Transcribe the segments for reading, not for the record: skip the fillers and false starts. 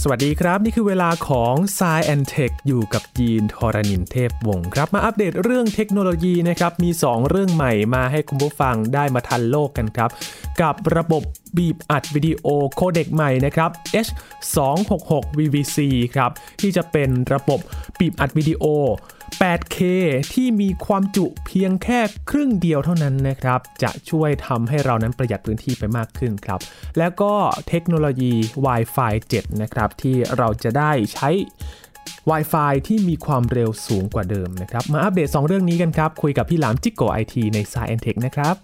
สวัสดีครับนี่คือเวลาของ Science and Tech อยู่กับยีนทรณินเทพวงศ์ครับมาอัปเดตเรื่องเทคโนโลยีนะครับมี2เรื่องใหม่มาให้คุณผู้ฟังได้มาทันโลกกันครับกับระบบบีบอัดวิดีโอโคเด็กใหม่นะครับ H266 VVC ครับที่จะเป็นระบบบีบอัดวิดีโอ 8K ที่มีความจุเพียงแค่ครึ่งเดียวเท่านั้นนะครับจะช่วยทำให้เรานั้นประหยัดพื้นที่ไปมากขึ้นครับแล้วก็เทคโนโลยี Wi-Fi 7 นะครับที่เราจะได้ใช้ Wi-Fi ที่มีความเร็วสูงกว่าเดิมนะครับมาอัปเดต2เรื่องนี้กันครับคุยกับพี่หลามจิกโก IT ใน Science and Tech นะครับ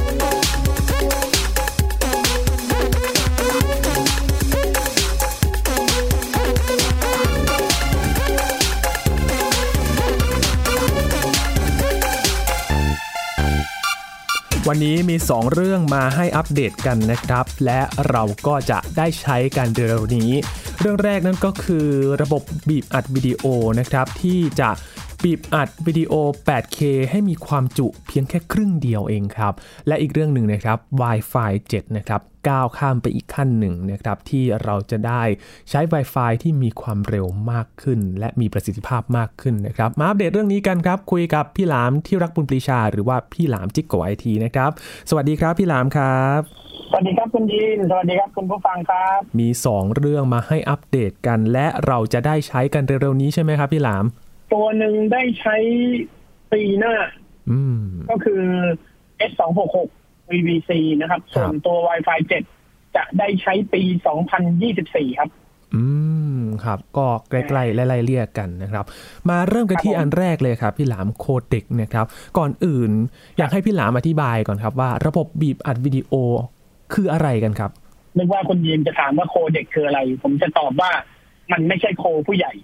วันนี้มี2เรื่องมาให้อัปเดตกันนะครับและเราก็จะได้ใช้กันเร็วๆนี้เรื่องแรกนั่นก็คือระบบบีบอัดวิดีโอนะครับที่จะบีบอัดวิดีโอ 8K ให้มีความจุเพียงแค่ครึ่งเดียวเองครับและอีกเรื่องหนึ่งนะครับ Wi-Fi 7 นะครับก้าวข้ามไปอีกขั้นหนึ่งนะครับที่เราจะได้ใช้ Wi-Fi ที่มีความเร็วมากขึ้นและมีประสิทธิภาพมากขึ้นนะครับมาอัปเดตเรื่องนี้กันครับคุยกับพี่หลามที่รักบุญปรีชาหรือว่าพี่หลามจิกโก IT นะครับสวัสดีครับพี่หลามครับสวัสดีครับคุณยินสวัสดีครับคุณผู้ฟังครับมี2เรื่องมาให้อัปเดตกันและเราจะได้ใช้กันเร็วๆนี้ใช่ไหมครับพี่หลามตัวหนึ่งได้ใช้ปีหน้าก็คือ S266 VVC นะครับส่วนตัว Wi-Fi 7 จะได้ใช้ปี 2024 ครับครับก็ใกล้ๆไล่ๆเรียกกันนะครับมาเริ่มกันที่อันแรกเลยครับพี่หลามโคเด็กนะครับก่อนอื่นอยากให้พี่หลามอธิบายก่อนครับว่าระบบบีบอัดวิดีโอคืออะไรกันครับนึกว่าคุณยินจะถามว่าโคเด็กคืออะไรผมจะตอบว่ามันไม่ใช่โคผู้ใหญ่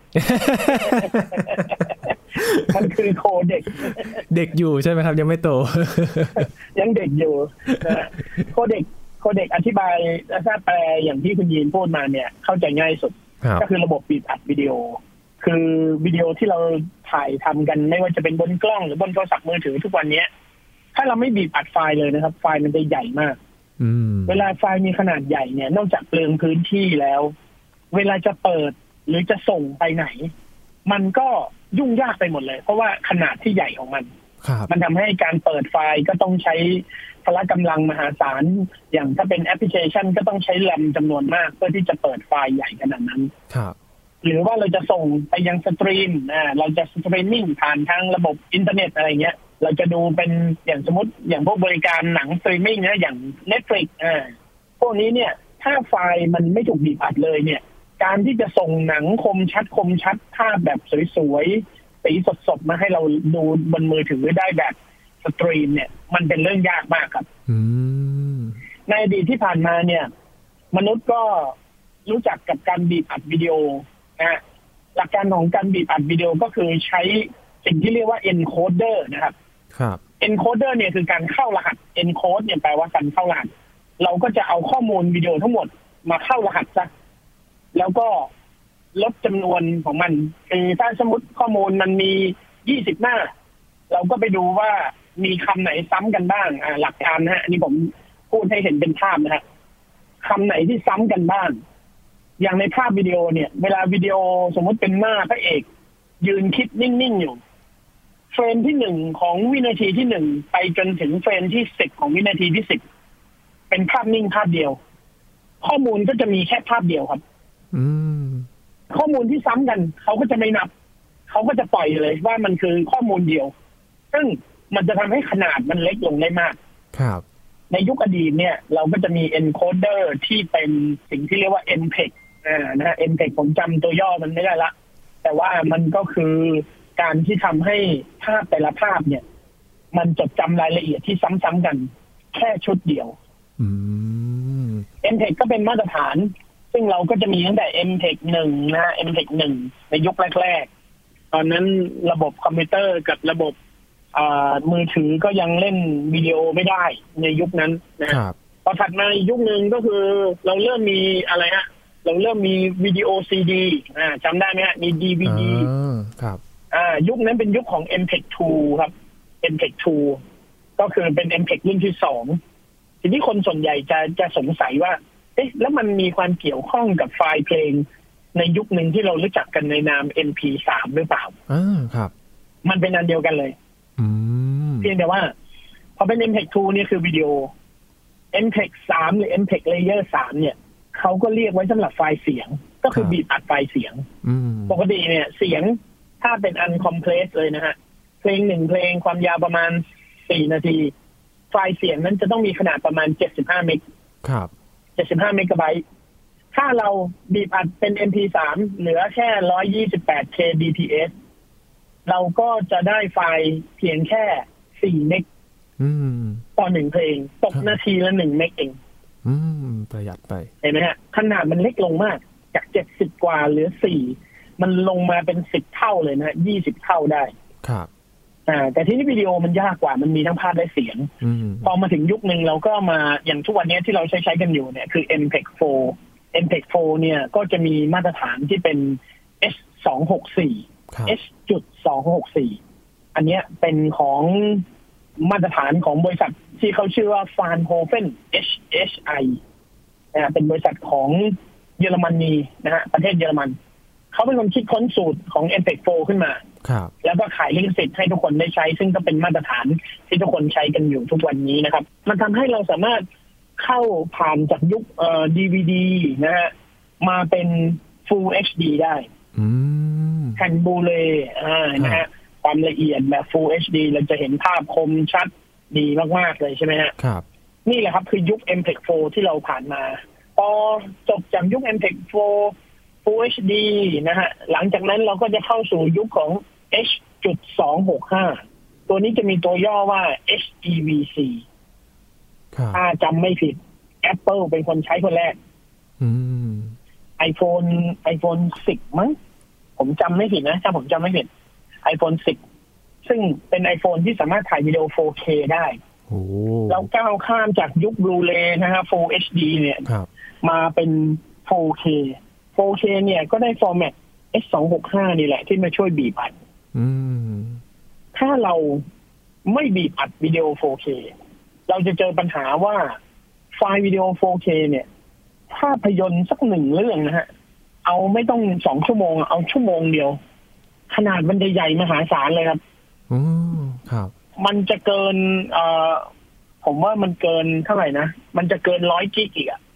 มันคือโคเด็กเด็กอยู่ใช่ไหมครับยังไม่โตยังเด็กอยู่โคเด็กอธิบายถ้าแปลอย่างที่คุณยีนพูดมาเนี่ยเข้าใจง่ายสุดก็คือระบบบีบอัดวิดีโอคือวิดีโอที่เราถ่ายทำกันไม่ว่าจะเป็นบนกล้องหรือบนโทรศัพท์มือถือทุกวันนี้ถ้าเราไม่บีบอัดไฟล์เลยนะครับไฟล์มันจะใหญ่มากเวลาไฟล์มีขนาดใหญ่เนี่ยนอกจากเปลืองพื้นที่แล้วเวลาจะเปิดหรือจะส่งไปไหนมันก็ยุ่งยากไปหมดเลยเพราะว่าขนาดที่ใหญ่ของมันทำให้การเปิดไฟล์ก็ต้องใช้พละกำลังมหาศาลอย่างถ้าเป็นแอปพลิเคชันก็ต้องใช้แรมจำนวนมากเพื่อที่จะเปิดไฟล์ใหญ่ขนาดนั้นหรือว่าเราจะส่งไปยังสตรีมเราจะสตรีมมิ่งผ่านทางระบบอินเทอร์เน็ตอะไรเงี้ยเราจะดูเป็นอย่างสมมติอย่างพวกบริการหนังสตรีมมิ่งนะอย่าง Netflix พวกนี้เนี่ยถ้าไฟล์มันไม่ถูกบีบอัดเลยเนี่ยการที่จะส่งหนังคมชัดภาพแบบสวยๆสีสดๆมาให้เราดูบนมือถือได้แบบสตรีมเนี่ยมันเป็นเรื่องยากมากครับในอดีตที่ผ่านมาเนี่ยมนุษย์ก็รู้จักกับการบีบอัดวิดีโอนะหลักการของการบีบอัดวิดีโอก็คือใช้สิ่งที่เรียกว่า encoder นะครับ encoder เนี่ยคือการเข้ารหัส encode เนี่ยแปลว่าการเข้ารหัสเราก็จะเอาข้อมูลวิดีโอทั้งหมดมาเข้ารหัสซะแล้วก็ลดจำนวนของมันคือถ้าสมมติข้อมูลมันมี20หน้าเราก็ไปดูว่ามีคำไหนซ้ำกันบ้างหลักการนะฮะอันนี้ผมพูดให้เห็นเป็นภาพนะฮะคำไหนที่ซ้ำกันบ้างอย่างในภาพวิดีโอเนี่ยเวลาวิดีโอสมมติเป็นหน้าพระเอกยืนคิดนิ่งๆอยู่เฟรมที่1ของวินาทีที่1ไปจนถึงเฟรมที่10ของวินาทีที่10เป็นภาพนิ่งภาพเดียวข้อมูลก็จะมีแค่ภาพเดียวครับข้อมูลที่ซ้ำกันเขาก็จะไม่นับเขาก็จะปล่อยเลยว่ามันคือข้อมูลเดียวซึ่งมันจะทำให้ขนาดมันเล็กลงได้มากครับในยุคอดีตเนี่ยเราก็จะมี encoder ที่เป็นสิ่งที่เรียกว่า MPEG นะฮะ MPEG ผมจำตัวย่อมันไม่ได้ละแต่ว่ามันก็คือการที่ทำให้ภาพแต่ละภาพเนี่ยมันจดจำรายละเอียดที่ซ้ำๆกันแค่ชุดเดียวMPEG ก็เป็นมาตรฐานซึ่งเราก็จะมีตั้งแต่ MPEG 1 นะ MPEG 1ในยุคแรกๆตอนนั้นระบบคอมพิวเตอร์กับระบบมือถือก็ยังเล่นวิดีโอไม่ได้ในยุคนั้นนะครับพอถัดมาอีกยุคนึงก็คือเราเริ่มมีอะไรฮะเราเริ่มมีวิดีโอซีดีจำได้ไหมฮะมี DVD ครับยุคนั้นเป็นยุคของ MPEG 2 ครับ MPEG 2 ก็คือเป็น MPEG รุ่นที่2ทีนี้คนส่วนใหญ่จะสงสัยว่าเอ๊ะแล้วมันมีความเกี่ยวข้องกับไฟล์เพลงในยุคหนึ่งที่เรารู้จักกันในนาม MP3 หรือเปล่าครับมันเป็นอันเดียวกันเลยเพียงแต่ว่าพอเป็น MPEG 2 เนี่ยคือวิดีโอ MPEG 3 หรือ MPEG Layer 3 เนี่ยเขาก็เรียกไว้สำหรับไฟล์เสียงก็คือบีบอัดไฟล์เสียงปกติเนี่ยเสียงถ้าเป็น uncompressed เลยนะฮะเพลง1เพลงความยาวประมาณ4นาทีไฟล์เสียงนั้นจะต้องมีขนาดประมาณ75เมกครับ 75เมกะไบต์ถ้าเราบีบอัดเป็น MP3 เหลือแค่128 kbps เราก็จะได้ไฟล์เพียงแค่4เมกต่อ1เพลงตกนาทีละ1เมกเองประหยัดไปเห็นไหมฮะขนาดมันเล็กลงมากจาก70กว่าเหลือ4มันลงมาเป็น10เท่าเลยนะ20เท่าได้ครับแต่ที่นี่วิดีโอมันยากกว่ามันมีทั้งภาพและเสียงพอมาถึงยุคนึงเราก็มาอย่างทุกวันนี้ที่เราใช้กันอยู่เนี่ยคือ MPEG 4 MPEG 4 เนี่ยก็จะมีมาตรฐานที่เป็น H264 H.264 อันนี้เป็นของมาตรฐานของบริษัทที่เขาชื่อว่า Fraunhofer HHI เป็นบริษัทของเยอรมนีนะฮะประเทศเยอรมันเขาเป็นคนคิดค้นสูตรของ MPEG 4 ขึ้นมาแล้วก็ขายลิขสิทธิ์ให้ทุกคนได้ใช้ซึ่งก็เป็นมาตรฐานที่ทุกคนใช้กันอยู่ทุกวันนี้นะครับมันทำให้เราสามารถเข้าผ่านจากยุคDVD นะฮะมาเป็น Full HD ได้แผ่นบูเลนะฮะความละเอียดแบบ Full HD เราจะเห็นภาพคมชัดดีมากๆเลยใช่ไหมฮะครับนี่แหละครับคือยุค MPEG 4 ที่เราผ่านมาพอจบจากยุค MPEG 4 Full HD นะฮะหลังจากนั้นเราก็จะเข้าสู่ยุคของ H.265 ตัวนี้จะมีตัวย่อว่า HEVC ถ้าจำไม่ผิด Apple เป็นคนใช้คนแรกiPhone 10 มั้งผมจำไม่ผิดนะถ้าผมจำไม่ผิด iPhone 10 ซึ่งเป็น iPhone ที่สามารถถ่ายวิดีโอ 4K ได้แล้วก้าวข้ามจากยุค Blu-ray นะฮะ Full HD เนี่ยมาเป็น 4K 4K เนี่ยก็ได้ฟอร์แมต H265 นี่แหละที่มาช่วยบีบอัดถ้าเราไม่บีบอัดวิดีโอ 4K เราจะเจอปัญหาว่าไฟล์วิดีโอ 4K เนี่ยภาพยนตร์สัก1เรื่องนะฮะเอาไม่ต้อง2ชั่วโมงเอาชั่วโมงเดียวขนาดมันจะใหญ่มหาศาลเลยครับครับมันจะเกินผมว่ามันเกินเท่าไหร่นะมันจะเกิน100 กิกอ่ะ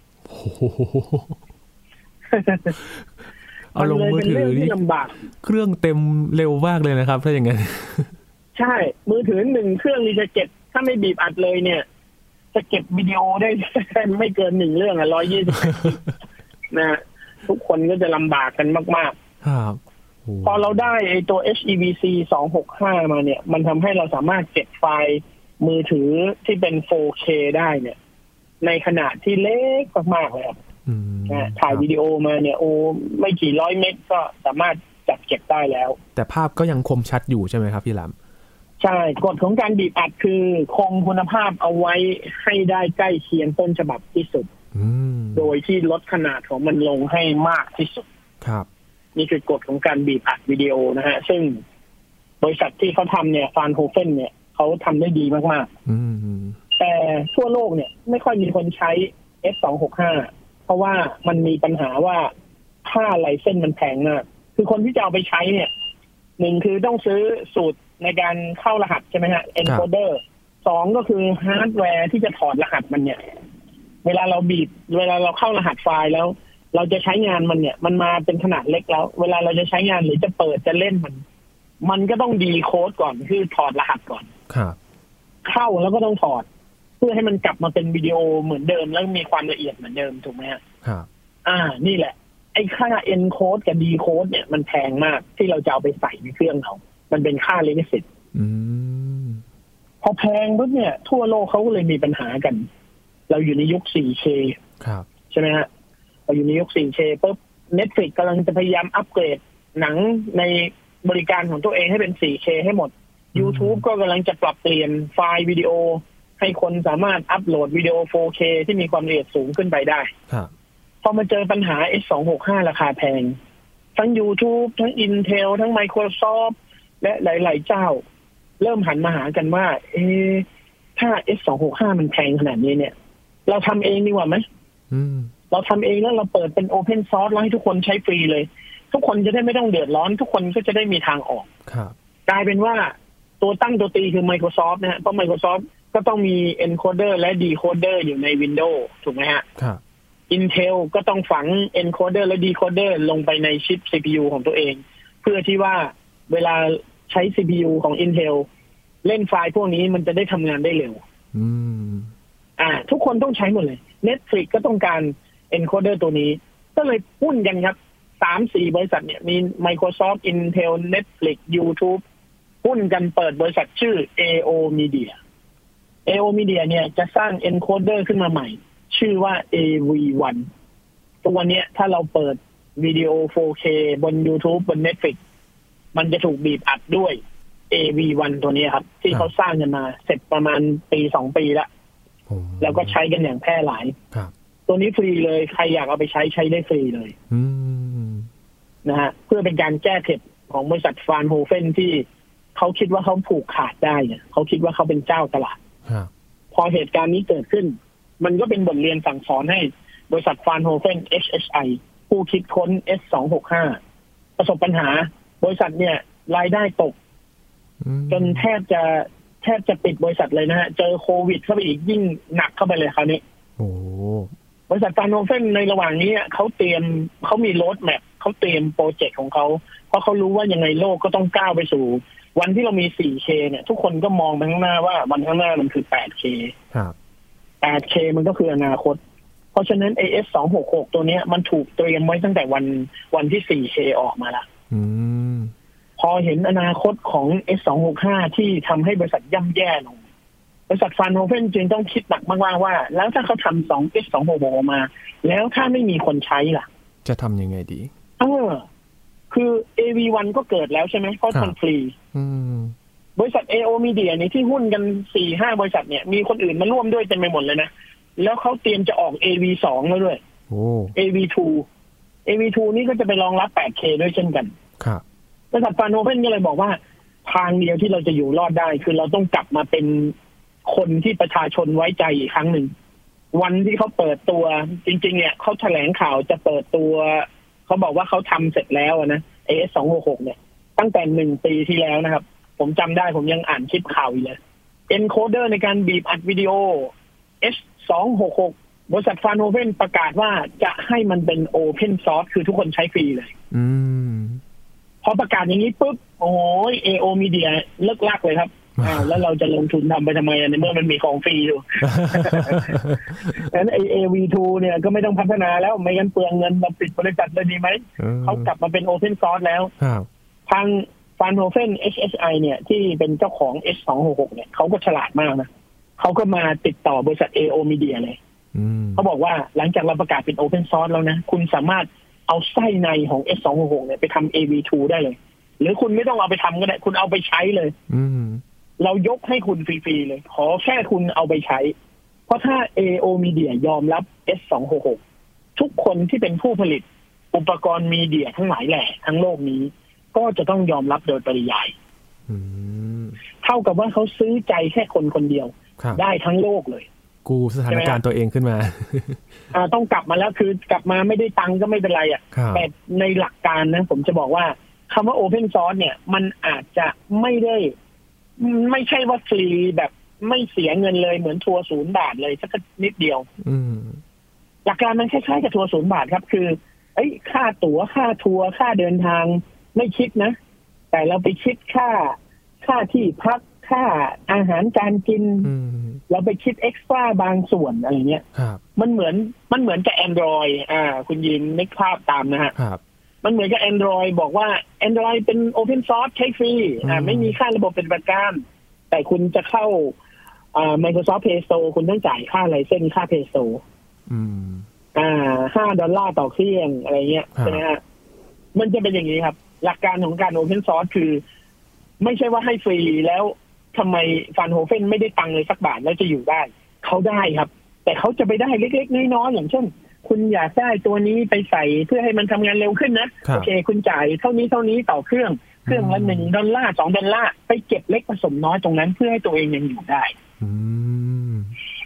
เอาลงมือถือนี่ลำบากเครื่องเต็มเร็วมากเลยนะครับถ้าอย่างนั้นใช่มือถือ1เครื่องนี่จะเก็บถ้าไม่บีบอัดเลยเนี่ยจะเก็บวิดีโอได้ไม่เกิน1เรื่อง120นะทุกคนก็จะลำบากกันมากๆครับพอเราได้ไอ้ตัว HEVC 265 มาเนี่ยมันทำให้เราสามารถเก็บไฟล์มือถือที่เป็น 4K ได้เนี่ยในขนาดที่เล็กมากๆเลยครับถ่ายวิดีโอมาเนี่ยโอ้ไม่กี่ร้อยเมกก็สามารถจัดเก็บได้แล้วแต่ภาพก็ยังคมชัดอยู่ใช่ไหมครับพี่ลำใช่กฎของการบีบอัดคือคงคุณภาพเอาไว้ให้ได้ใกล้เคียงต้นฉบับที่สุดโดยที่ลดขนาดของมันลงให้มากที่สุดครับนี่คือกฎของการบีบอัดวิดีโอนะฮะซึ่งบริษัทที่เขาทำเนี่ยฟานโฮเฟนเนี่ยเขาทำได้ดีมากๆแต่ทั่วโลกเนี่ยไม่ค่อยมีคนใช้ F265 เพราะว่ามันมีปัญหาว่าค่าไลเซนส์มันแพงมากคือคนที่จะเอาไปใช้เนี่ย1คือต้องซื้อสูตรในการเข้ารหัสใช่ไหมฮะ encoder 2ก็คือฮาร์ดแวร์ที่จะถอดรหัสมันเนี่ยเวลาเราเข้ารหัสไฟล์แล้วเราจะใช้งานมันเนี่ยมันมาเป็นขนาดเล็กแล้วเวลาเราจะใช้งานหรือจะเปิดจะเล่นมันก็ต้องดีโค้ดก่อนคือถอดรหัสก่อนครับเข้าแล้วก็ต้องถอดเพื่อให้มันกลับมาเป็นวิดีโอเหมือนเดิมแล้วมีความละเอียดเหมือนเดิมถูกไหมฮะครับนี่แหละไอ้ค่า encode กับ decode เนี่ยมันแพงมากที่เราจะเอาไปใส่ในเครื่องเรามันเป็นค่าลิขสิทธิ์พอแพงปุ๊บเนี่ยทั่วโลกเขาก็เลยมีปัญหากันเราอยู่ในยุค 4K ครับใช่ไหมฮะเราอยู่ในยุค 4K ปุ๊บ Netflix กำลังจะพยายามอัปเกรดหนังในบริการของตัวเองให้เป็น 4K ให้หมด YouTube ก็กำลังจะปรับเปลี่ยนไฟล์วิดีโอให้คนสามารถอัปโหลดวิดีโอ 4K ที่มีความละเอียดสูงขึ้นไปได้พอมาเจอปัญหา S265 ราคาแพงทั้ง YouTube ทั้ง Intel ทั้ง Microsoft และหลายๆเจ้าเริ่มหันมาหากันว่าถ้า S265 มันแพงขนาดนี้เนี่ยเราทำเองดีกว่าไหมเราทำเองแล้วเราเปิดเป็นโอเพนซอร์สแล้วให้ทุกคนใช้ฟรีเลยทุกคนจะได้ไม่ต้องเดือดร้อนทุกคนก็จะได้มีทางออกกลายเป็นว่าตัวตั้งตัวตีคือ Microsoft นะฮะเพราะ Microsoft ก็ต้องมี encoder และ decoder อยู่ใน Windows ถูกไหมฮะIntel ก็ต้องฝัง encoder และ decoder ลงไปในชิป CPU ของตัวเองเพื่อที่ว่าเวลาใช้ CPU ของ Intel เล่นไฟล์พวกนี้มันจะได้ทำงานได้เร็วทุกคนต้องใช้หมดเลย Netflix ก็ต้องการ encoder ตัวนี้ก็เลยหุ้นกันครับ 3-4 บริษัทเนี่ยมี Microsoft Intel Netflix YouTube หุ้นกันเปิดบริษัทชื่อ AO Media AO Media เนี่ยจะสร้าง encoder ขึ้นมาใหม่ชื่อว่า AV1 ตัวเนี้ยถ้าเราเปิดวิดีโอ 4K บน YouTube บน Netflix มันจะถูกบีบอัดด้วย AV1 ตัวนี้ครับที่เขาสร้างกันมาเสร็จประมาณปี 2 ปีแล้วแล้วก็ใช้กันอย่างแพร่หลายตัวนี้ฟรีเลยใครอยากเอาไปใช้ได้ฟรีเลยนะฮะเพื่อเป็นการแก้เผ็ดของบริษัทฟานโฮเฟนที่เขาคิดว่าเขาผูกขาดได้เนี่ยเขาคิดว่าเขาเป็นเจ้าตลาดพอเหตุการณ์นี้เกิดขึ้นมันก็เป็นบทเรียนสั่งสอนให้บริษัทฟานโฮเฟน HHI ผู้คิดค้น S265 ประสบปัญหาบริษัทเนี่ยรายได้ตกจนแทบจะปิดบริษัทเลยนะฮะเจอโควิดเข้าไปอีกยิ่งหนักเข้าไปเลยคราวนี้บริษัทฟานโฮเฟนในระหว่างนี้เขามีโรดแมปเขาเตรียมโปรเจกต์ของเขาเพราะเขารู้ว่ายังไงโลกก็ต้องก้าวไปสู่วันที่เรามี 4K เนี่ยทุกคนก็มองไปข้างหน้าว่าวันข้างหน้ามันคือ 8K ครับ 8K มันก็คืออนาคตเพราะฉะนั้น AS266 ตัวนี้มันถูกเตรียมไว้ตั้งแต่วันที่ 4K ออกมาละพอเห็นอนาคตของ S265 ที่ทำให้บริษัทย่ำแย่ลงบริษัทฟานโฮเฟนจึงต้องคิดหนักมากๆว่าแล้วถ้าเขาทำS266 ออกมาแล้วถ้าไม่มีคนใช้ล่ะจะทำยังไงดีคือ AV1 ก็เกิดแล้วใช่ไหมเพราะมันฟรีบริษัท AO Media นี่ที่หุ้นกัน 4-5 บริษัทเนี่ยมีคนอื่นมาร่วมด้วยเต็มไปหมดเลยนะแล้วเขาเตรียมจะออก AV2 แล้วด้วยAV2 AV2 นี่ก็จะไปรองรับ 8K ด้วยเช่นกันครับบริษัทฟานโฮเฟนก็เลยบอกว่าทางเดียวที่เราจะอยู่รอดได้คือเราต้องกลับมาเป็นคนที่ประชาชนไว้ใจอีกครั้งหนึ่งวันที่เขาเปิดตัวจริงๆเนี่ยเขาแถลงข่าวจะเปิดตัวเขาบอกว่าเขาทำเสร็จแล้วนะ AS266 เนี่ยตั้งแต่1 ปีที่แล้วนะครับผมจำได้ผมยังอ่านคลิปข่าวอยู่เลย encoder ในการบีบอัดวิดีโอ S266 บริษัทฟานโฮเฟนประกาศว่าจะให้มันเป็น open source คือทุกคนใช้ฟรีเลยพอประกาศอย่างนี้ปุ๊บโอ้ย AO Media เลิกลักเลยครับแล้วเราจะลงทุนทำไปทำไมในเมื่อมันมีของฟรีอยู่งั้นAV2 เนี่ยก็ไม่ต้องพัฒนาแล้วไม่งั้นเปลืองเงินมาปิดบริษัทเลยดีไหมเขากลับมาเป็น open source แล้วทางฟานโฮเฟน HHI เนี่ยที่เป็นเจ้าของ S266 เนี่ยเขาก็ฉลาดมากนะเขาก็มาติดต่อบริษัท AO Media เลยเขาบอกว่าหลังจากเราประกาศเป็น open source แล้วนะคุณสามารถเอาไส้ในของ S266 เนี่ยไปทำ AV2 ได้เลยหรือคุณไม่ต้องเอาไปทำก็ได้คุณเอาไปใช้เลยเรายกให้คุณฟรีๆเลยขอแค่คุณเอาไปใช้เพราะถ้า AO Media ยอมรับ S266 ทุกคนที่เป็นผู้ผลิตอุปกรณ์มีเดียทั้งหลายแหล่ทั้งโลกนี้ก็จะต้องยอมรับโดยปริยายเท่ากับว่าเขาซื้อใจแค่คนคนเดียวได้ทั้งโลกเลยกูสถานการณ์ตัวเองขึ้นมาต้องกลับมาแล้วคือกลับมาไม่ได้ตังค์ก็ไม่เป็นไรแต่ในหลักการนะผมจะบอกว่าคำว่า Open Source เนี่ยมันอาจจะไม่ใช่ว่าฟรีแบบไม่เสียเงินเลยเหมือนทัวร์0 บาทเลยสักนิดเดียวหลักการมันคล้ายๆกับทัวร์0 บาทครับคือค่าตั๋วค่าทัวร์ค่าเดินทางไม่คิดนะแต่เราไปคิดค่าที่พักค่าอาหารการกินเราไปคิดเอ็กซ์ตร้าบางส่วนอะไรเงี้ยมันเหมือนกับ Android คุณยินนึกภาพตามนะฮะมันเหมือนกับ Android บอกว่า Android เป็น Open Source ใช้ฟรีไม่มีค่าระบบปฏิบัติการแต่คุณจะเข้าMicrosoft Play Store คุณต้องจ่ายค่าไลเซนส์ค่า Play Store $5ต่อเครื่องอะไรเงี้ยใช่ไหมฮะมันจะเป็นอย่างนี้ครับหลักการของการ Open Source คือไม่ใช่ว่าให้ฟรีแล้วทำไมฟานโฮเฟนไม่ได้ตังค์เลยสักบาทแล้วจะอยู่ได้เขาได้ครับแต่เขาจะไปได้เล็กๆน้อยๆอย่างเช่นคุณอยากได้ตัวนี้ไปใส่เพื่อให้มันทำงานเร็วขึ้นนะโอเคคุณจ่ายเท่านี้ต่อเครื่องละ$1 $2ไปเก็บเล็กผสมน้อยตรงนั้นเพื่อให้ตัวเองยังอยู่ได้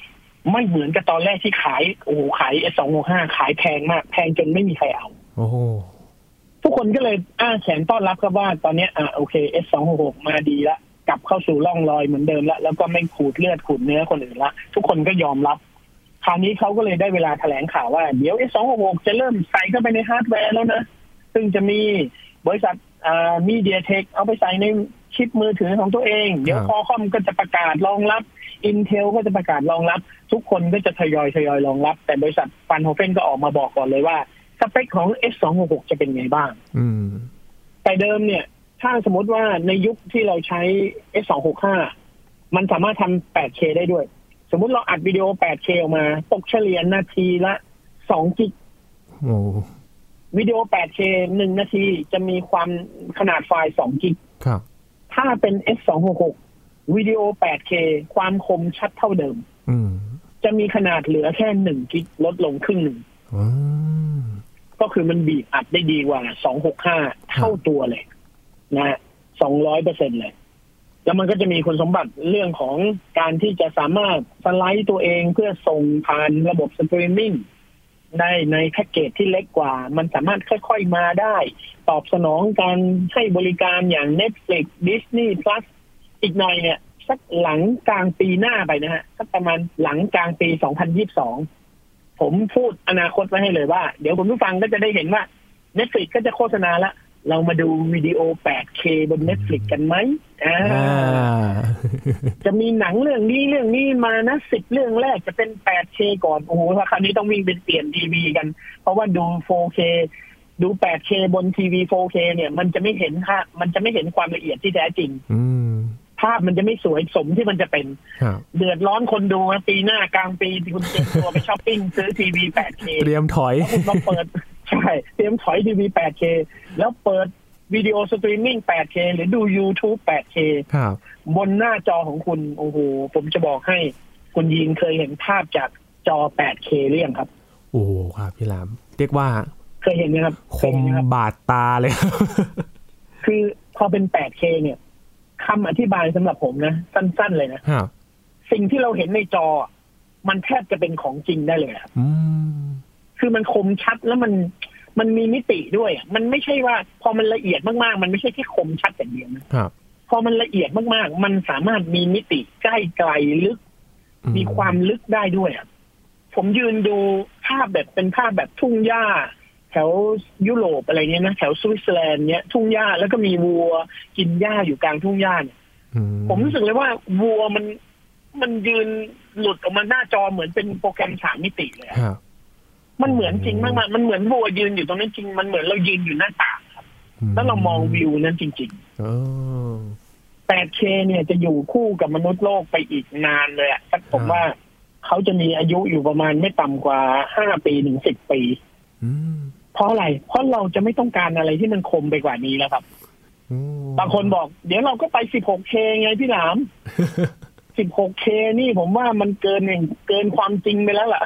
ไม่เหมือนกับตอนแรกที่ขายขาย S265 ขายแพงมากแพงจนไม่มีใครเอาทุกคนก็เลยแขนต้อนรับครับว่าตอนนี้โอเค S266 มาดีละกลับเข้าสู่ร่องรอยเหมือนเดิมแล้วก็ไม่ขูดเลือดขูดเนื้อคนอื่นละทุกคนก็ยอมรับคราวนี้เขาก็เลยได้เวลาแถลงข่าวว่าเดี๋ยว S266 จะเริ่มใส่เข้าไปในฮาร์ดแวร์แล้วนะซึ่งจะมีบริษัทMediaTek เอาไปใส่ในชิปมือถือของตัวเองเดี๋ยวQualcommก็จะประกาศรองรับ Intel ก็จะประกาศรองรับทุกคนก็จะทยอยรองรับแต่บริษัทฟันโฮเฟนก็ออกมาบอกก่อนเลยว่าสเปคของ S266 จะเป็นไงบ้างแต่เดิมเนี่ยถ้าสมมติว่าในยุคที่เราใช้ S265 มันสามารถทำ 8K ได้ด้วยสมมุติเราอัดวิดีโอ 8K ออกมาตกเฉลี่ยนาทีละ2กิกวิดีโอ 8K 1 นาทีจะมีความขนาดไฟล์2กิกถ้าเป็น S266 วิดีโอ 8K ความคมชัดเท่าเดิมจะมีขนาดเหลือแค่1กิกลดลงครึ่งหนึ่งก็คือมันบีบอัดได้ดีกว่า265เท่าตัวเลยนะ 200% เลยแล้วมันก็จะมีคุณสมบัติเรื่องของการที่จะสามารถสไลด์ตัวเองเพื่อส่งผ่านระบบสตรีมมิ่งได้ในแพ็กเกจที่เล็กกว่ามันสามารถค่อยๆมาได้ตอบสนองการให้บริการอย่าง Netflix Disney Plus อีกหน่อยเนี่ยสักหลังกลางปีหน้าไปนะฮะสักประมาณหลังกลางปี2022ผมพูดอนาคตไว้ให้เลยว่าเดี๋ยวคุณผู้ฟังก็จะได้เห็นว่า Netflix ก็จะโฆษณาละเรามาดูวิดีโอ 8K บน Netflix กันไหมจะมีหนังเรื่องนี้มานะ10เรื่องแรกจะเป็น 8K ก่อนโอ้โหคราวนี้ต้องวิ่งเป็นเปลี่ยนทีวีกันเพราะว่าดู 4K ดู 8K บนทีวี 4K เนี่ยมันจะไม่เห็นความละเอียดที่แท้จริงภาพมันจะไม่สวยสมที่มันจะเป็นเดือดร้อนคนดูปีหน้ากลางปีที่คุณเตรียมตัวไปช้อปปิ้งซื้อทีวี 8K เตรียมถอยมาเปิดใช่เตรียมถอยทีวี 8K แล้วเปิดวิดีโอสตรีมมิ่ง 8K หรือดู YouTube 8K บนหน้าจอของคุณโอ้โหผมจะบอกให้คุณยินเคยเห็นภาพจากจอ 8K หรือยังครับโอ้ครับพี่หลามเรียกว่าเคยเห็นไหมครับคมบาดตาเลยคือพอเป็น 8K เนี่ยคำอธิบายสำหรับผมนะสั้นๆเลยนะสิ่งที่เราเห็นในจอมันแทบจะเป็นของจริงได้เลยครับคือมันคมชัดแล้วมันมีมิติด้วยมันไม่ใช่ว่าพอมันละเอียดมากๆมันไม่ใช่แค่คมชัดอย่างเดียวนะพอมันละเอียดมากๆมันสามารถมีมิติใกล้ไกลลึกมีความลึกได้ด้วยผมยืนดูภาพแบบเป็นภาพแบบทุ่งหญ้าแถวยุโรปอะไรเงี้ยนะแถวสวิตเซอร์แลนด์เนี้ยทุ่งหญ้าแล้วก็มีวัวกินหญ้าอยู่กลางทุ่งหญ้าเนี่ยผมรู้สึกเลยว่าวัวมันยืนหลุดออกมาหน้าจอเหมือนเป็นโปรแกรม3 มิติเลยมันเหมือนจริงมากๆมันเหมือนวัวยืนอยู่ตรงนั้นจริงมันเหมือนเรายืนอยู่หน้าต่างครับแล้วเรามองวิวนั้นจริงๆ8K เนี่ยจะอยู่คู่กับมนุษย์โลกไปอีกนานเลยสักผมว่าเขาจะมีอายุอยู่ประมาณไม่ต่ำกว่า5 ปีถึง10 ปีเพราะอะไรเพราะเราจะไม่ต้องการอะไรที่มันคมไปกว่านี้แล้วครับบางคนบอกเดี๋ยวเราก็ไป 16K ไงพี่หลาม 16K นี่ผมว่ามันเกินความจริงไปแล้วล่ะ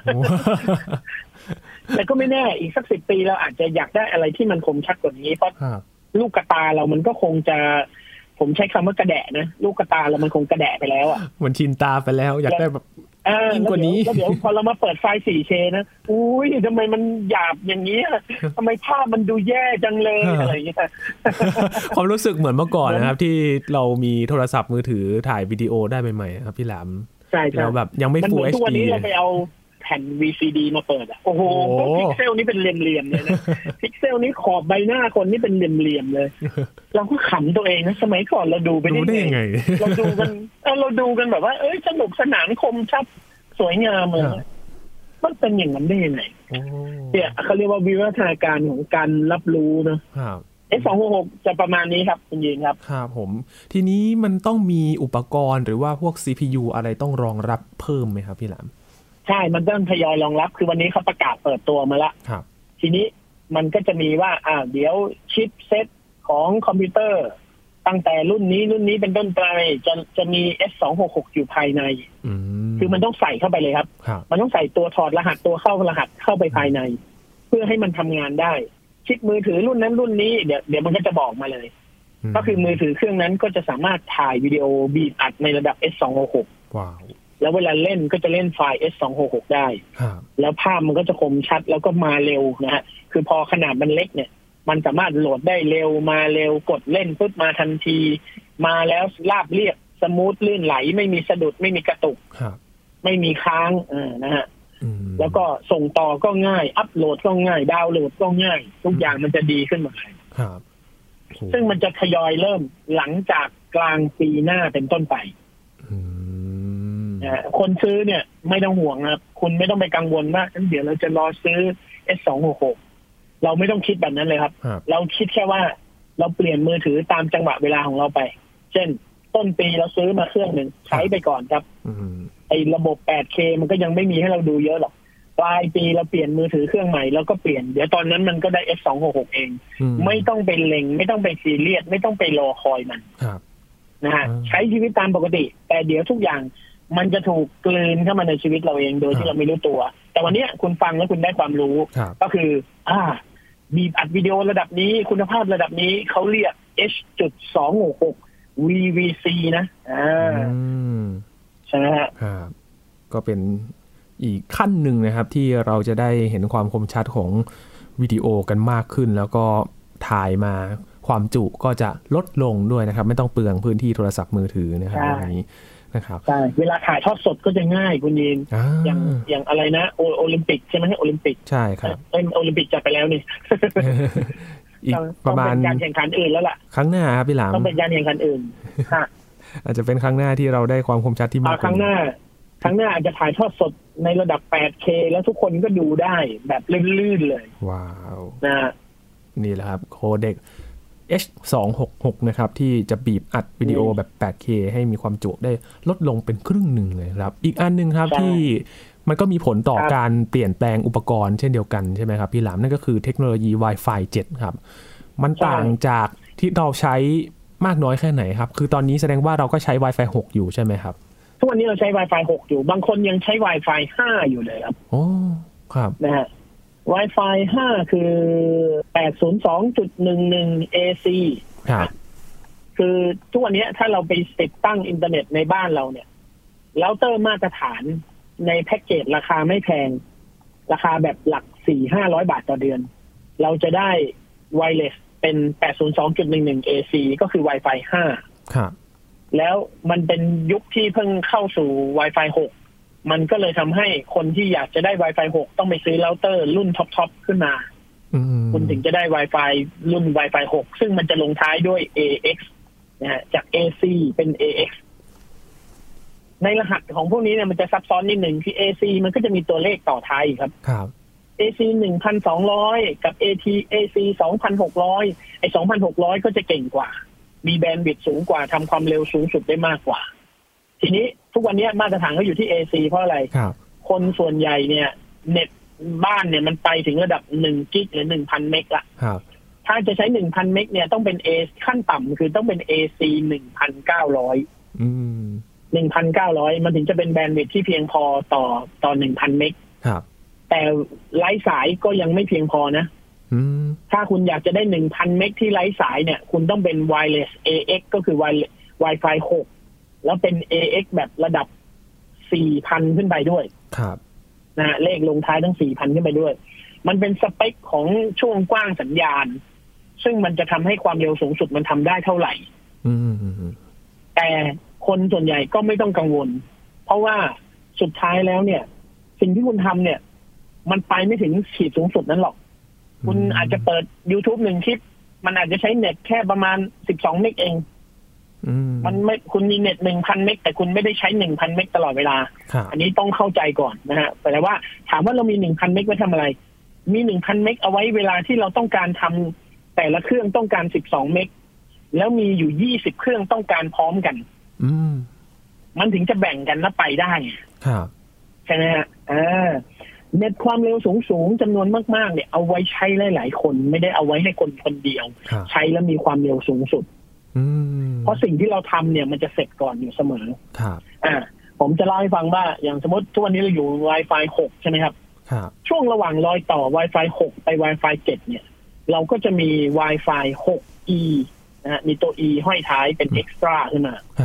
แต่ก็ไม่แน่อีกสัก10 ปีเราอาจจะอยากได้อะไรที่มันคมชัดกว่านี้เพราะลูกกระตาเรามันก็คงจะผมใช้คำว่ากระแดะนะลูกกระตาเรามันคงกระแดะไปแล้วมันชินตาไปแล้วอยากได้แบบยิ่งกว่านี้แล้วเดี๋ยวพอเรามาเปิดไฟล์ 4K นะอุ้ยทำไมมันหยาบอย่างนี้ทำไมภาพมันดูแย่จังเลยอะไรอย่างเงี้ยความรู้สึกเหมือนเมื่อก่อนนะครับที่เรามีโทรศัพท์มือถือถ่ายวิดีโอได้ใหม่ๆครับพี่หลามใช่แล้วแบบยังไม่ Full HD ทุกวันนี้เราไปเอาแผ่น VCD มาเปิดโอ้โหพิกเซลนี่เป็นเหลี่ยมๆเลยนะพิกเซลนี่ขอบใบหน้าคนนี่เป็นเหลี่ยมๆเลยเราก็ขำตัวเองนะสมัยก่อนเราดูไปได้ยังไงเราดูกันแบบว่าสนุกสนานคมชัดสวยงามเลยมันเป็นอย่างนั้นได้ยังไงเนี่ยเขาเรียกว่าวิวัฒนาการของการรับรู้นะS266 จะประมาณนี้ครับคุณยินครับครับผมทีนี้มันต้องมีอุปกรณ์หรือว่าพวก CPU อะไรต้องรองรับเพิ่มไหมครับพี่หลามใช่มันต้องทยอยรองรับคือวันนี้เขาประกาศเปิดตัวมาแล้วทีนี้มันก็จะมีว่าเดี๋ยวชิปเซตของคอมพิวเตอร์ตั้งแต่รุ่นนี้เป็นต้นไปจะมี S266 อยู่ภายในคือมันต้องใส่เข้าไปเลยครับมันต้องใส่ตัวถอดรหัสตัวเข้ารหัสเข้าไปภายในเพื่อให้มันทำงานได้ชิปมือถือรุ่นนั้นรุ่นนี้เดี๋ยวมันก็จะบอกมาเลยก็คือมือถือเครื่องนั้นก็จะสามารถถ่ายวิดีโอบีบอัดในระดับ S266 ว้าวแล้วเวลาเล่นก็จะเล่นไฟล์ H266 ได้แล้วภาพมันก็จะคมชัดแล้วก็มาเร็วนะฮะคือพอขนาดมันเล็กเนี่ยมันสามารถโหลดได้เร็วมาเร็วกดเล่นปุ๊บมาทันทีมาแล้วราบเรียบสมูทลื่นไหลไม่มีสะดุดไม่มีกระตุกไม่มีค้างนะฮะแล้วก็ส่งต่อก็ง่ายอัปโหลดก็ง่ายดาวน์โหลดก็ง่ายทุกอย่างมันจะดีขึ้นหมดเลยซึ่งมันจะทยอยเริ่มหลังจากกลางปีหน้าเป็นต้นไปคนซื้อเนี่ยไม่ต้องห่วงนะครับคุณไม่ต้องไปกังวลว่าเดี๋ยวเราจะรอซื้อ S266 เราไม่ต้องคิดแบบนั้นเลยครับเราคิดแค่ว่าเราเปลี่ยนมือถือตามจังหวะเวลาของเราไปเช่นต้นปีเราซื้อมาเครื่องหนึ่งใช้ไปก่อนครับไอ้ระบบ 8K มันก็ยังไม่มีให้เราดูเยอะหรอกปลายปีเราเปลี่ยนมือถือเครื่องใหม่แล้วก็เปลี่ยนเดี๋ยวตอนนั้นมันก็ได้ S266 เองไม่ต้องไปเล็งไม่ต้องไปซีเรียสไม่ต้องไปรอคอยมันนะฮะใช้ชีวิตตามปกติแต่เดี๋ยวทุกอย่างมันจะถูกกลืนเข้ามาในชีวิตเราเองโดยที่เราไม่รู้ตัวแต่วันนี้คุณฟังแล้วคุณได้ความรู้ก็คือบีบอัดวิดีโอระดับนี้คุณภาพระดับนี้เขาเรียก H.266 VVC นะใช่ไหมฮะก็เป็นอีกขั้นหนึ่งนะครับที่เราจะได้เห็นความคมชัดของวิดีโอกันมากขึ้นแล้วก็ถ่ายมาความจุก็จะลดลงด้วยนะครับไม่ต้องเปลืองพื้นที่โทรศัพท์มือถือนะครับอย่างนี้นะครับใช่เวลาถ่ายทอดสดก็จะง่ายคุณยินอย่างอะไรนะโอลิมปิกใช่ไหมโอลิมปิกใช่ครับโอลิมปิกจะไปแล้วนี่อีกประมาณการแข่งขันอื่นแล้วล่ะครั้งหน้าครับพี่หลามต้องเป็นการแข่งขันอื่นอาจจะเป็นครั้งหน้าที่เราได้ความคมชัดที่มากครั้งหน้าอาจจะถ่ายทอดสดในระดับ 8K แล้วทุกคนก็ดูได้แบบลื่นๆเลยว้าวนี่แหละครับโคเด็ก H266 นะครับที่จะบีบอัดวิดีโอแบบ 8K ให้มีความจุได้ลดลงเป็นครึ่งหนึ่งเลยครับอีกอันนึงครับที่มันก็มีผลต่อการเปลี่ยนแปลงอุปกรณ์เช่นเดียวกันใช่ไหมครับพี่หลามนั่นก็คือเทคโนโลยี Wi-Fi 7 ครับมันต่างจากที่เราใช้มากน้อยแค่ไหนครับคือตอนนี้แสดงว่าเราก็ใช้ Wi-Fi 6 อยู่ใช่ไหมครับทุกวันนี้เราใช้ Wi-Fi 6 อยู่บางคนยังใช้ Wi-Fi 5 อยู่เลยครับโอ้ครับนะฮะWi-Fi 5 คือ 802.11 AC ครับคือทุกวันนี้ถ้าเราไปติดตั้งอินเทอร์เน็ตในบ้านเราเนี่ยเราเตอร์มาตรฐานในแพ็กเกจราคาไม่แพงราคาแบบหลัก 4-500 บาทต่อเดือนเราจะได้ไวเลสเป็น 802.11 AC ก็คือ Wi-Fi 5 ครับแล้วมันเป็นยุคที่เพิ่งเข้าสู่ Wi-Fi 6มันก็เลยทำให้คนที่อยากจะได้ Wi-Fi 6ต้องไปซื้อเราเตอร์รุ่นท็อปขึ้นมาคุณถึงจะได้ Wi-Fi รุ่น Wi-Fi 6ซึ่งมันจะลงท้ายด้วย AX นะฮะจาก AC เป็น AX ในรหัสของพวกนี้เนี่ยมันจะซับซ้อนนิดหนึ่งที่ AC มันก็จะมีตัวเลขต่อท้ายครับครับ AC 1,200 กับ AC 2,600 ไอ้ 2,600 ก็จะเก่งกว่ามีแบนด์วิดต์สูงกว่าทำความเร็วสูงสุดได้มากกว่าทีนี้ทุกวันนี้มาตรฐานเขาอยู่ที่ AC เพราะอะไรคนส่วนใหญ่เนี่ยเน็ตบ้านเนี่ยมันไปถึงระดับ1กิกหรือ 1,000 เมกละถ้าจะใช้ 1,000 เมกเนี่ยต้องเป็น A ขั้นต่ำคือต้องเป็น AC 1,900 มันถึงจะเป็นแบนด์วิดต์ที่เพียงพอต่อ 1,000 เมกแต่ไร้สายก็ยังไม่เพียงพอนะถ้าคุณอยากจะได้ 1,000 เมกที่ไร้สายเนี่ยคุณต้องเป็น Wireless AX ก็คือ Wi-Fi 6 แล้วเป็น AX แบบระดับ 4,000 ขึ้นไปด้วยครับนะเลขลงท้ายทั้ง 4,000 ขึ้นไปด้วยมันเป็นสเปคของช่วงกว้างสัญญาณซึ่งมันจะทำให้ความเร็วสูงสุดมันทำได้เท่าไหร่แต่คนส่วนใหญ่ก็ไม่ต้องกังวลเพราะว่าสุดท้ายแล้วเนี่ยสิ่งที่คุณทำเนี่ยมันไปไม่ถึงขีดสูงสุดนั้นหรอกคุณอาจจะเปิด YouTube 1 คลิปมันอาจจะใช้เน็ตแค่ประมาณ12 เมกเองมันไม่คุณมีเน็ต 1,000 เมกแต่คุณไม่ได้ใช้ 1,000 เมกตลอดเวลาอันนี้ต้องเข้าใจก่อนนะฮะแต่ว่าถามว่าเรามี 1,000 เมกไว้ทำอะไรมี 1,000 เมกเอาไว้เวลาที่เราต้องการทำแต่ละเครื่องต้องการ12 เมกแล้วมีอยู่20 เครื่องต้องการพร้อมกันมันถึงจะแบ่งกันแล้วไปได้ใช่ไหมฮะเน็ตความเร็วสูงจำนวนมากๆเนี่ยเอาไว้ใช้หลายๆคนไม่ได้เอาไว้ให้คนคนเดียวใช้แล้วมีความเร็วสูงสุดเพราะสิ่งที่เราทำเนี่ยมันจะเสร็จก่อนอยู่เสมอผมจะเล่าให้ฟังว่าอย่างสมมติทุกวันนี้เราอยู่ Wi-Fi 6 ใช่ไหมครับช่วงระหว่างรอยต่อ Wi-Fi 6 ไป Wi-Fi 7 เนี่ยเราก็จะมี Wi-Fi 6E นะฮะมีตัว E ห้อยท้ายเป็น extra ขึ้นมา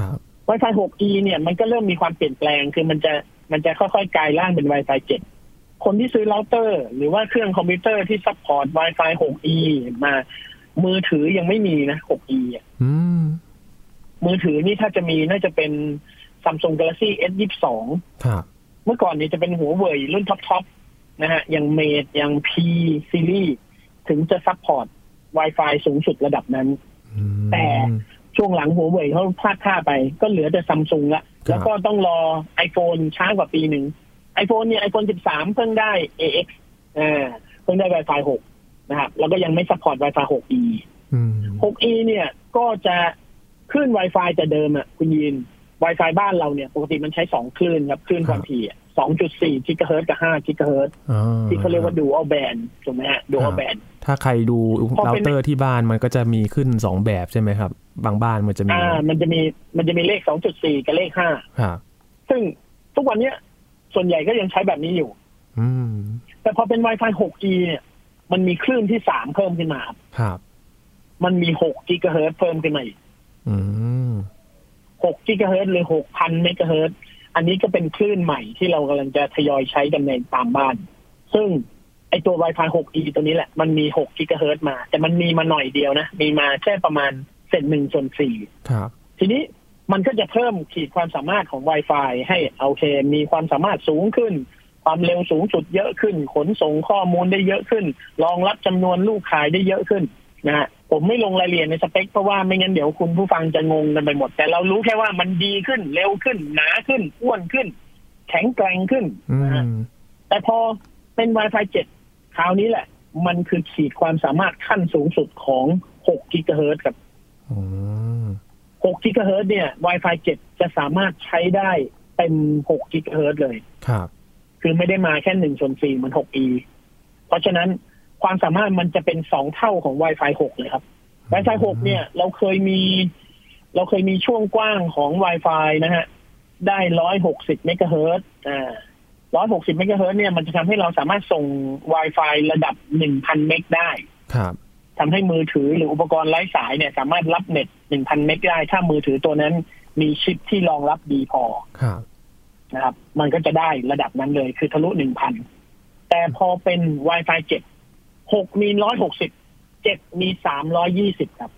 Wi-Fi 6E เนี่ยมันก็เริ่มมีความเปลี่ยนแปลงคือมันจะค่อยๆกลายร่างเป็น Wi-Fi 7คนที่ซื้อเราเตอร์หรือว่าเครื่องคอมพิวเตอร์ที่ซัพพอร์ต Wi-Fi 6E มามือถือยังไม่มีนะ 6E อ่ะมือถือนี่ถ้าจะมีน่าจะเป็น Samsung Galaxy S22 ครับเมื่อก่อนนี้จะเป็นหัวเว่ยรุ่นท็อปนะฮะอย่าง Mate อย่าง P Series ถึงจะซัพพอร์ต Wi-Fi สูงสุดระดับนั้นแต่ช่วงหลังหัวเว่ยเขาพลาดท่าไปก็เหลือแต่ Samsung ละแล้วก็ต้องรอ iPhone ช้ากว่าปีหนึ่ง iPhone เนี่ย iPhone 13 เพิ่งได้ AX เพิ่งได้ Wi-Fi 6นะครับแล้วก็ยังไม่ซัพพอร์ต Wi-Fi 6E 6E เนี่ยก็จะคลื่น Wi-Fi แต่เดิมอ่ะคุณยิน Wi-Fi บ้านเราเนี่ยปกติมันใช้2คลื่นครับคลื่นความถี่ 2.4 กิกะเฮิรตซ์กับ5กิกะเฮิรตซ์ที่เขาเรียกว่า Dual Band ถูกไหมฮะ Dual Band ถ้าใครดูเราเตอร์ที่บ้านมันก็จะมีขึ้น2แบบใช่ไหมครับบางบ้านมันจะมีมันจะมีเลข 2.4 กับเลข5 ครับซึ่งทุกวันนี้ส่วนใหญ่ก็ยังใช้แบบนี้อยู่แต่พอเป็น Wi-Fi 6E เนี่ยมันมีคลื่นที่3เพิ่มขึ้นมาครับมันมี6กิกะเฮิรตซ์เพิ่มขึ้นมาอีก6กิกะเฮิรตซ์หรือ 6,000 เมกะเฮิรตซ์อันนี้ก็เป็นคลื่นใหม่ที่เรากำลังจะทยอยใช้กันในตามบ้านซึ่งไอตัว Wi-Fi 6E ตัวนี้แหละมันมี6กิกะเฮิรตซ์มาแต่มันมีมาหน่อยเดียวนะมีมาแค่ประมาณ1/4 ครับทีนี้มันก็จะเพิ่มขีดความสามารถของ Wi-Fi ให้โอเคมีความสามารถสูงขึ้นความเร็วสูงสุดเยอะขึ้นขนส่งข้อมูลได้เยอะขึ้นรองรับจำนวนลูกค้าได้เยอะขึ้นนะฮะผมไม่ลงรายละเอียดในสเปคเพราะว่าไม่งั้นเดี๋ยวคุณผู้ฟังจะงงกันไปหมดแต่เรารู้แค่ว่ามันดีขึ้นเร็วขึ้นหนาขึ้นอ้วนขึ้นแข็งแกร่งขึ้นแต่พอเป็น Wi-Fi 7 คราวนี้แหละมันคือขีดความสามารถขั้นสูงสุดของ6กิกะเฮิรตซ์ครับ6กิกะเฮิรตซ์เนี่ย Wi-Fi 7 จะสามารถใช้ได้เต็ม6กิกะเฮิรตซ์เลยครับคือไม่ได้มาแค่1/4เหมือน 6E เพราะฉะนั้นความสามารถมันจะเป็น2เท่าของ Wi-Fi 6 เลยครับ Wi-Fi 6 เนี่ยเราเคยมีช่วงกว้างของ Wi-Fi นะฮะได้160เมกะเฮิรตซ์160เมกะเฮิรตซ์เนี่ยมันจะทำให้เราสามารถส่ง Wi-Fi ระดับ 1,000 เมกได้ครับทำให้มือถือหรืออุปกรณ์ไร้สายเนี่ยสามารถรับเน็ต 1,000 เมกได้ถ้ามือถือตัวนั้นมีชิปที่รองรับดีพอนะครับมันก็จะได้ระดับนั้นเลยคือทะลุ 1,000 แต่พอเป็น Wi-Fi 7 6มี160 7มี320ครับ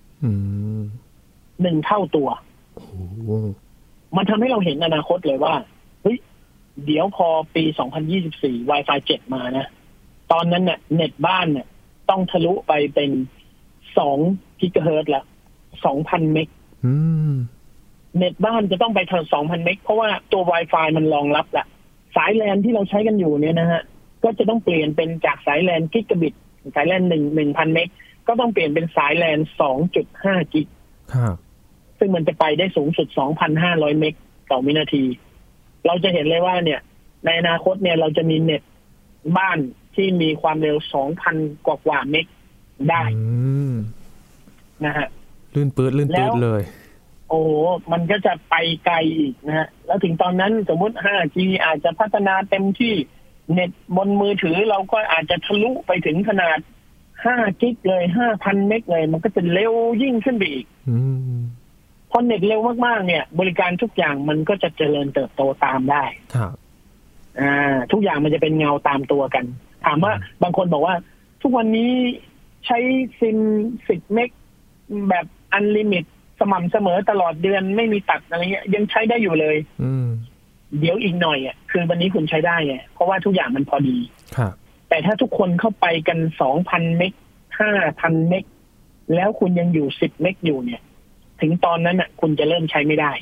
1เท่าตัวมันทำให้เราเห็นอนาคตเลยว่าเฮ้ยเดี๋ยวพอปี2024 Wi-Fi 7 มานะตอนนั้นเนี่ยเน็ตบ้านเนี่ยต้องทะลุไปเป็น2กิกะเฮิรตซ์ละ 2,000 เมกเน็ตบ้านจะต้องไปถึง 2,000 เมกเพราะว่าตัว Wi-Fi มันรองรับละสายแลนที่เราใช้กันอยู่เนี่ยนะฮะก็จะต้องเปลี่ยนเป็นจากสายแลนกิกะบิตสายแลน1,000 เมกก็ต้องเปลี่ยนเป็นสายแลน 2.5 กิกซึ่งมันจะไปได้สูงสุด 2,500 เมกต่อวินาทีเราจะเห็นเลยว่าเนี่ยในอนาคตเนี่ยเราจะมีเน็ตบ้านที่มีความเร็ว 2,000 กว่าเมกได้นะฮะลื่นปื๊ดเลยโอ้มันก็จะไปไกลอีกนะฮะแล้วถึงตอนนั้นสมมุติ 5G อาจจะพัฒนาเต็มที่เน็ตบนมือถือเราก็อาจจะทะลุไปถึงขนาด5กิกเลย 5,000 เมกเลยมันก็จะเร็วยิ่งขึ้นไปอีกพอเน็ตเร็วมากๆเนี่ยบริการทุกอย่างมันก็จะเจริญเติบโตตามได้ครับทุกอย่างมันจะเป็นเงาตามตัวกันถามว่าบางคนบอกว่าทุกวันนี้ใช้ซิม10เมกแบบอันลิมิตสม่ำเสมอตลอดเดือนไม่มีตัดอะไรเงี้ยยังใช้ได้อยู่เลยเดี๋ยวอีกหน่อยอ่ะคือวันนี้คุณใช้ได้ไงเพราะว่าทุกอย่างมันพอดีแต่ถ้าทุกคนเข้าไปกัน 2,000 เมก 5,000 เมกแล้วคุณยังอยู่10เมกอยู่เนี่ยถึงตอนนั้นน่ะคุณจะเริ่มใช้ไม่ได้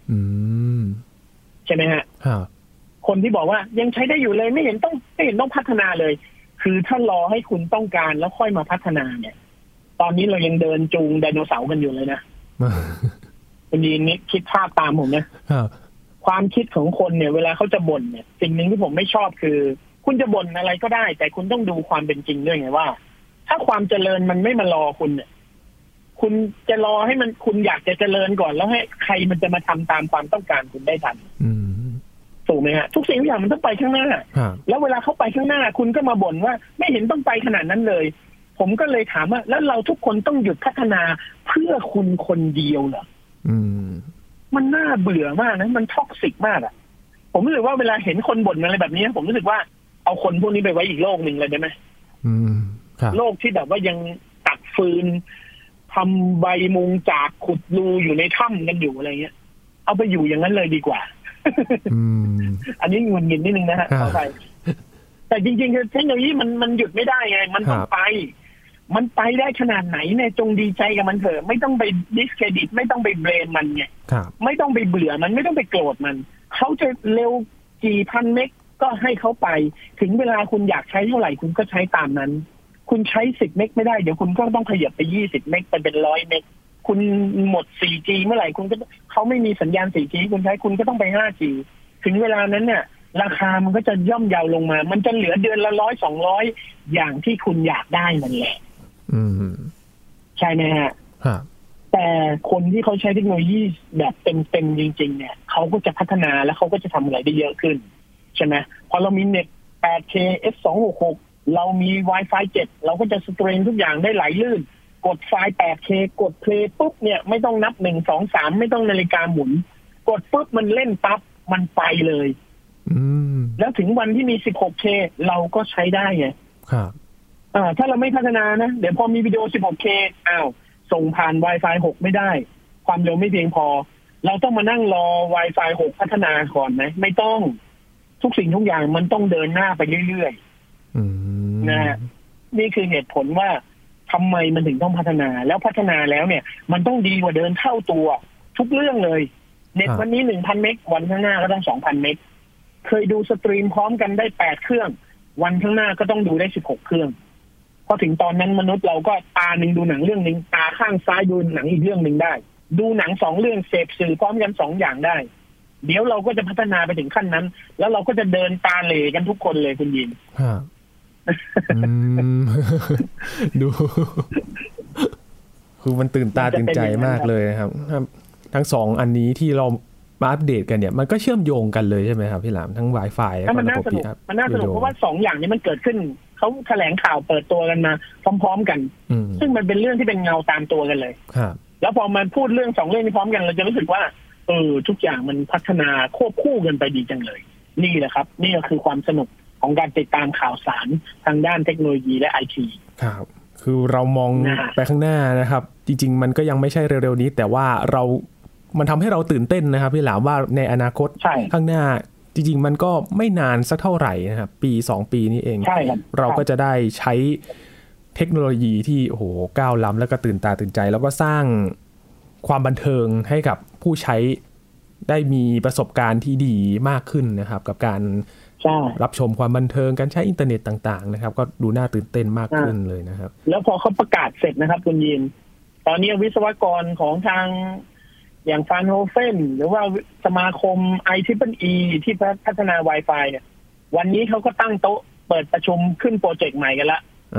ใช่ไหมฮะคนที่บอกว่ายังใช้ได้อยู่เลยไม่เห็นต้องพัฒนาเลยคือถ้ารอให้คุณต้องการแล้วค่อยมาพัฒนาเนี่ยตอนนี้เรายังเดินจูงไดโนเสาร์กันอยู่เลยนะคุณดีนี่คิดภาพตามผมนะความคิดของคนเนี่ยเวลาเขาจะบ่นเนี่ยสิ่งหนึ่งที่ผมไม่ชอบคือคุณจะบ่นอะไรก็ได้แต่คุณต้องดูความเป็นจริงด้วยไงว่าถ้าความเจริญมันไม่มารอคุณเนี่ยคุณจะรอให้มันคุณอยากจะเจริญก่อนแล้วให้ใครมันจะมาทำตามความต้องการคุณได้ทันถูกไหมฮะทุกสิ่งทุกอย่างมันต้องไปข้างหน้าแล้วเวลาเขาไปข้างหน้าคุณก็มาบ่นว่าไม่เห็นต้องไปขนาดนั้นเลยผมก็เลยถามว่าแล้วเราทุกคนต้องหยุดพัฒนาเพื่อคุณคนเดียวเหรอมันน่าเบื่อมากนะมันท็อกซิกมากอ่ะผมรู้สึกว่าเวลาเห็นคนบ่นอะไรแบบนี้ผมรู้สึกว่าเอาคนพวกนี้ไปไว้อีกโลกหนึ่งเลยได้ไหมโลกที่แบบว่ายังตัดฟืนทำใบมุงจากขุดรูอยู่ในถ้ำกันอยู่อะไรเงี้ยเอาไปอยู่อย่างนั้นเลยดีกว่าอันนี้งุนงิดนิดนึงนะฮะขอไปแต่จริงๆคือเทคโนโลยีมันหยุดไม่ได้ไงมันต้องไปมันไปได้ขนาดไหนเนี่ยจงดีใจกับมันเถอะไม่ต้องไปดิสเครดิตไม่ต้องไปเบรมมันไงไม่ต้องไปเบื่อมันไม่ต้องไปโกรธมันเขาจะเร็วกี่พันเมกก็ให้เขาไปถึงเวลาคุณอยากใช้เท่าไหร่คุณก็ใช้ตามนั้นคุณใช้10เมกไม่ได้เดี๋ยวคุณก็ต้องขยับไป20เมกไปเป็น100เมกคุณหมด 4G เมื่อไหร่คุณก็เขาไม่มีสัญญาณ 4G คุณใช้คุณก็ต้องไป 5G ถึงเวลานั้นเนี่ยราคามันก็จะย่อมเยาลงมามันจะเหลือเดือนละ100 200อย่างที่คุณอยากได้นั่นแหละใช่ไหมฮะแต่คนที่เขาใช้เทคโนโลยีแบบเต็มจริงๆเนี่ยเขาก็จะพัฒนาแล้วเขาก็จะทำอะไรได้เยอะขึ้นใช่ไหมพอเรามีเน็ต 8K F266 เรามี Wi-Fi 7เราก็จะสตรีมทุกอย่างได้ไหลลื่นกดไฟล์ 8K กดเพลย์ปุ๊บเนี่ยไม่ต้องนับ1 2 3ไม่ต้องนาฬิกาหมุนกดปุ๊บมันเล่นปั๊บมันไปเลยแล้วถึงวันที่มี 16K เราก็ใช้ได้ไงครับถ้าเราไม่พัฒนานะเดี๋ยวพอมีวิดีโอ 16K ส่งผ่าน Wi-Fi 6 ไม่ได้ความเร็วไม่เพียงพอเราต้องมานั่งรอ Wi-Fi 6 พัฒนาก่อนไหมไม่ต้องทุกสิ่งทุกอย่างมันต้องเดินหน้าไปเรื่อยๆนะฮะนี่คือเหตุผลว่าทำไมมันถึงต้องพัฒนาแล้วพัฒนาแล้วเนี่ยมันต้องดีกว่าเดินเท่าตัวทุกเรื่องเลยเน็ตวันนี้ 1,000 เมกวันข้างหน้าก็ต้อง 2,000 เมกเคยดูสตรีมพร้อมกันได้8เครื่องวันข้างหน้าก็ต้องดูได้16เครื่องพอถึงตอนนั้นมนุษย์เราก็ตาหนึ่งดูหนังเรื่องนึงตาข้างซ้ายดูหนังอีกเรื่องนึงได้ดูหนัง2เรื่องเสพสื่อพร้อมกัน2อย่างได้เดี๋ยวเราก็จะพัฒนาไปถึงขั้นนั้นแล้วเราก็จะเดินตาเหล่กันทุกคนเลยคุณยินดูคือมันตื่นตาตื่นใจมากเลยนะครับทั้งสองอันนี้ที่เรามาอัปเดตกันเนี่ยมันก็เชื่อมโยงกันเลยใช่ไหมครับพี่หลามทั้ง Wi-Fi และระบบ PIA มันน่าสนุกเพราะว่า2อย่างนี้มันเกิดขึ้นเขาแถลงข่าวเปิดตัวกันมาพร้อมๆกันซึ่งมันเป็นเรื่องที่เป็นเงาตามตัวกันเลยแล้วพอมันพูดเรื่อง2เรื่องนี้พร้อมกันเราจะรู้สึกว่าทุกอย่างมันพัฒนาควบคู่กันไปดีจังเลยนี่แหละครับนี่ก็คือความสนุกของการติดตามข่าวสารทางด้านเทคโนโลยีและ IT ครับคือเรามองไปข้างหน้านะครับจริงๆมันก็ยังไม่ใช่เร็วๆนี้แต่ว่ามันทำให้เราตื่นเต้นนะครับพี่หลามว่าในอนาคตข้างหน้าจริงๆมันก็ไม่นานสักเท่าไหร่นะครับปี2ปีนี้เองเราก็จะได้ใช้เทคโนโลยีที่โอ้โหก้าวล้ำแล้วก็ตื่นตาตื่นใจแล้วก็สร้างความบันเทิงให้กับผู้ใช้ได้มีประสบการณ์ที่ดีมากขึ้นนะครับกับการรับชมความบันเทิงการใช้อินเทอร์เน็ตต่างๆนะครับก็ดูน่าตื่นเต้นมากขึ้นเลยนะครับแล้วพอเขาประกาศเสร็จนะครับคุณยินตอนนี้วิศวกรของทางอย่างฟานโฮเฟนหรือว่าสมาคม IEEE ที่พัฒนา Wi-Fi เนี่ยวันนี้เขาก็ตั้งโต๊ะเปิดประชุมขึ้นโปรเจกต์ใหม่กันละ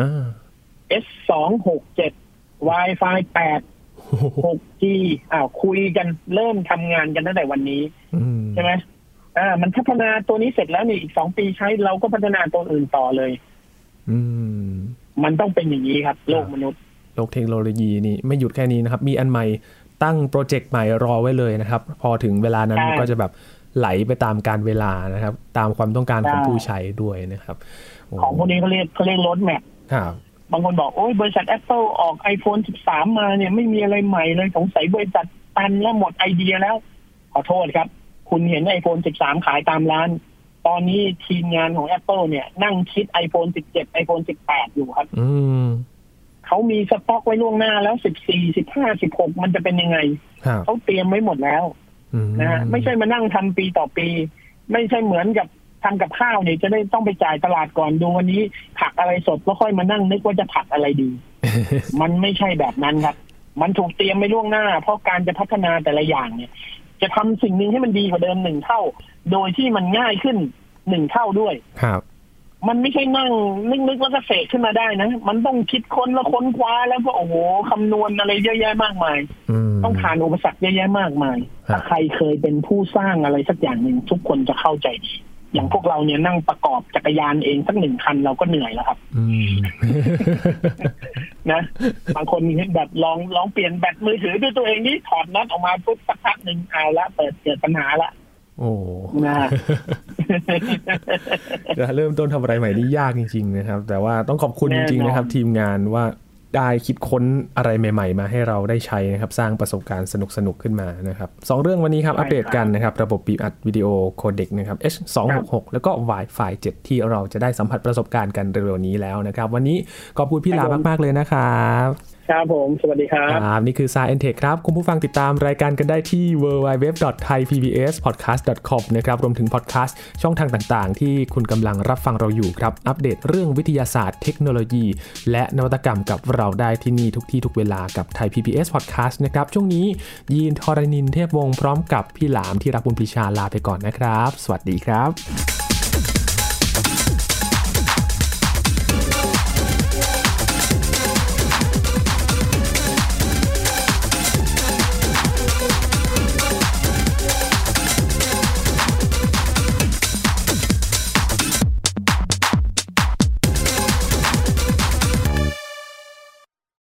S267 Wi-Fi 8 6G คุยกันเริ่มทำงานกันตั้งแต่วันนี้ใช่ไหมมันพัฒนาตัวนี้เสร็จแล้วนี่อีก2ปีใช้เราก็พัฒนาตัวอื่นต่อเลยมันต้องเป็นอย่างนี้ครับโลกมนุษย์โลกเทคโนโลยีนี่ไม่หยุดแค่นี้นะครับมีอันใหม่ตั้งโปรเจกต์ใหม่รอไว้เลยนะครับพอถึงเวลานั้นก็จะแบบไหลไปตามการเวลานะครับตามความต้องการของผู้ใช้ด้วยนะครับของพวกนี้เขาเรียกโรดแมปบางคนบอกโอ้ยบริษัท Apple ออก iPhone 13 มาเนี่ยไม่มีอะไรใหม่เลยสงสัยบริษัทตันแล้วหมดไอเดียแล้วขอโทษครับคุณเห็น iPhone 13 ขายตามร้านตอนนี้ทีมงานของ Apple เนี่ยนั่งคิด iPhone 17 iPhone 18 อยู่ครับเขามีสต็อกไว้ล่วงหน้าแล้ว14 15 16มันจะเป็นยังไงเขาเตรียมไว้หมดแล้วนะฮะไม่ใช่มานั่งทำปีต่อปีไม่ใช่เหมือนกับทำกับข้าวเนี่ยจะได้ต้องไปจ่ายตลาดก่อนดูวันนี้ผักอะไรสดแล้วค่อยมานั่งนึกว่าจะผักอะไรดี มันไม่ใช่แบบนั้นครับมันถูกเตรียมไว้ล่วงหน้าเพราะการจะพัฒนาแต่ละอย่างเนี่ยจะทำสิ่งนึงให้มันดีกว่าเดิม1เท่าโดยที่มันง่ายขึ้น1เท่าด้วยครับมันไม่ใช่นั่งนึกแล้วก็เสกขึ้นมาได้นะมันต้องคิดค้นแล้วค้นคว้าแล้วก็โอ้โหคำนวณอะไรเยอะแยะมากมายต้องผ่านอุปสรรคเยอะแยะมากมายถ้าใครเคยเป็นผู้สร้างอะไรสักอย่างหนึ่งทุกคนจะเข้าใจดีอย่างพวกเราเนี่ยนั่งประกอบจักรยานเองสัก1คันเราก็เหนื่อยแล้วครับนะบางคนแบบลองเปลี่ยนแบตมือถือด้วยตัวเองนี่ถอดน็อตออกมาปุ๊บสักพักนึงเอาละเกิดปัญหาละโอ้นะเริ่มต้นทำอะไรใหม่นี่ยากจริงๆนะครับแต่ว่าต้องขอบคุณจริงๆนะครับทีมงานว่าได้คิดค้นอะไรใหม่ๆมาให้เราได้ใช้นะครับสร้างประสบการณ์สนุกๆขึ้นมานะครับ2เรื่องวันนี้ครับอัปเดตกันนะครับระบบบีบอัดวิดีโอโคเด็กนะครับ H266 แล้วก็ Wi-Fi 7 ที่เราจะได้สัมผัสประสบการณ์กันเร็วๆนี้แล้วนะครับวันนี้ขอบคุณพี่หลามากๆเลยนะครับครับผมสวัสดีครับนี่คือ Science and Tech ครับคุณผู้ฟังติดตามรายการกันได้ที่ www.thaipbspodcast.com นะครับรวมถึงพอดแคสต์ช่องทางต่างๆที่คุณกำลังรับฟังเราอยู่ครับอัปเดตเรื่องวิทยาศาสตร์เทคโนโลยีและนวัตกรรมกับเราได้ที่นี่ทุกที่ทุกเวลากับ Thai PBS Podcast นะครับช่วงนี้ยีนทรณินเทพวงศ์พร้อมกับพี่หลามที่รักบุญปรีชาลาไปก่อนนะครับสวัสดีครับ